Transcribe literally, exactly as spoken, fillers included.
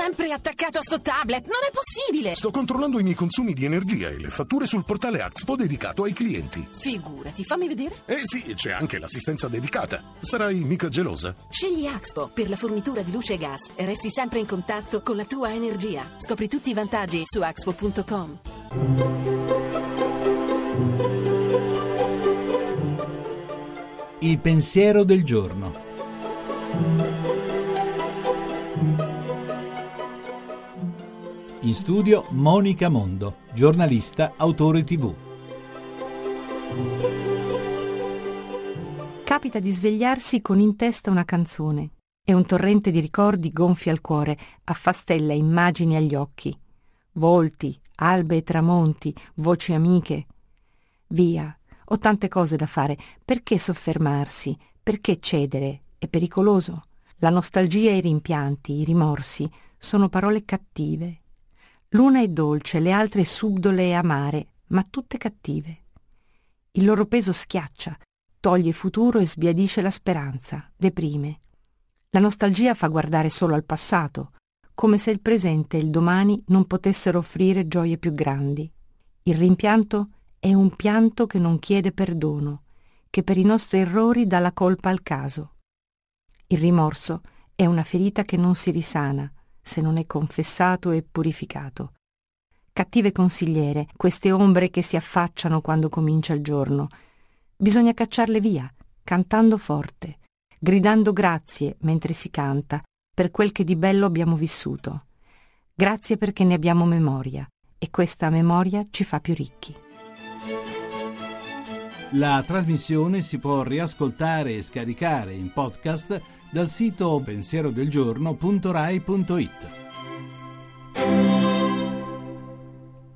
sempre attaccato a sto tablet, non è possibile! Sto controllando i miei consumi di energia e le fatture sul portale Axpo dedicato ai clienti. Figurati, fammi vedere. Eh sì, c'è anche l'assistenza dedicata. Sarai mica gelosa? Scegli Axpo per la fornitura di luce e gas e resti sempre in contatto con la tua energia. Scopri tutti i vantaggi su axpo punto com. Il pensiero del giorno. In studio Monica Mondo, giornalista, autore tivù. Capita di svegliarsi con in testa una canzone e un torrente di ricordi gonfia il cuore, affastella immagini agli occhi. Volti, albe e tramonti, voci amiche. Via, ho tante cose da fare. Perché soffermarsi? Perché cedere? È pericoloso. La nostalgia e i rimpianti, i rimorsi, sono parole cattive. L'una è dolce, le altre subdole e amare, ma tutte cattive. Il loro peso schiaccia, toglie futuro e sbiadisce la speranza, deprime. La nostalgia fa guardare solo al passato, come se il presente e il domani non potessero offrire gioie più grandi. Il rimpianto è un pianto che non chiede perdono, che per i nostri errori dà la colpa al caso. Il rimorso è una ferita che non si risana se non è confessato e purificato. Cattive consigliere, queste ombre che si affacciano quando comincia il giorno. Bisogna cacciarle via, cantando forte, gridando grazie mentre si canta per quel che di bello abbiamo vissuto. Grazie perché ne abbiamo memoria e questa memoria ci fa più ricchi. La trasmissione si può riascoltare e scaricare in podcast dal sito pensierodelgiorno punto rai punto it.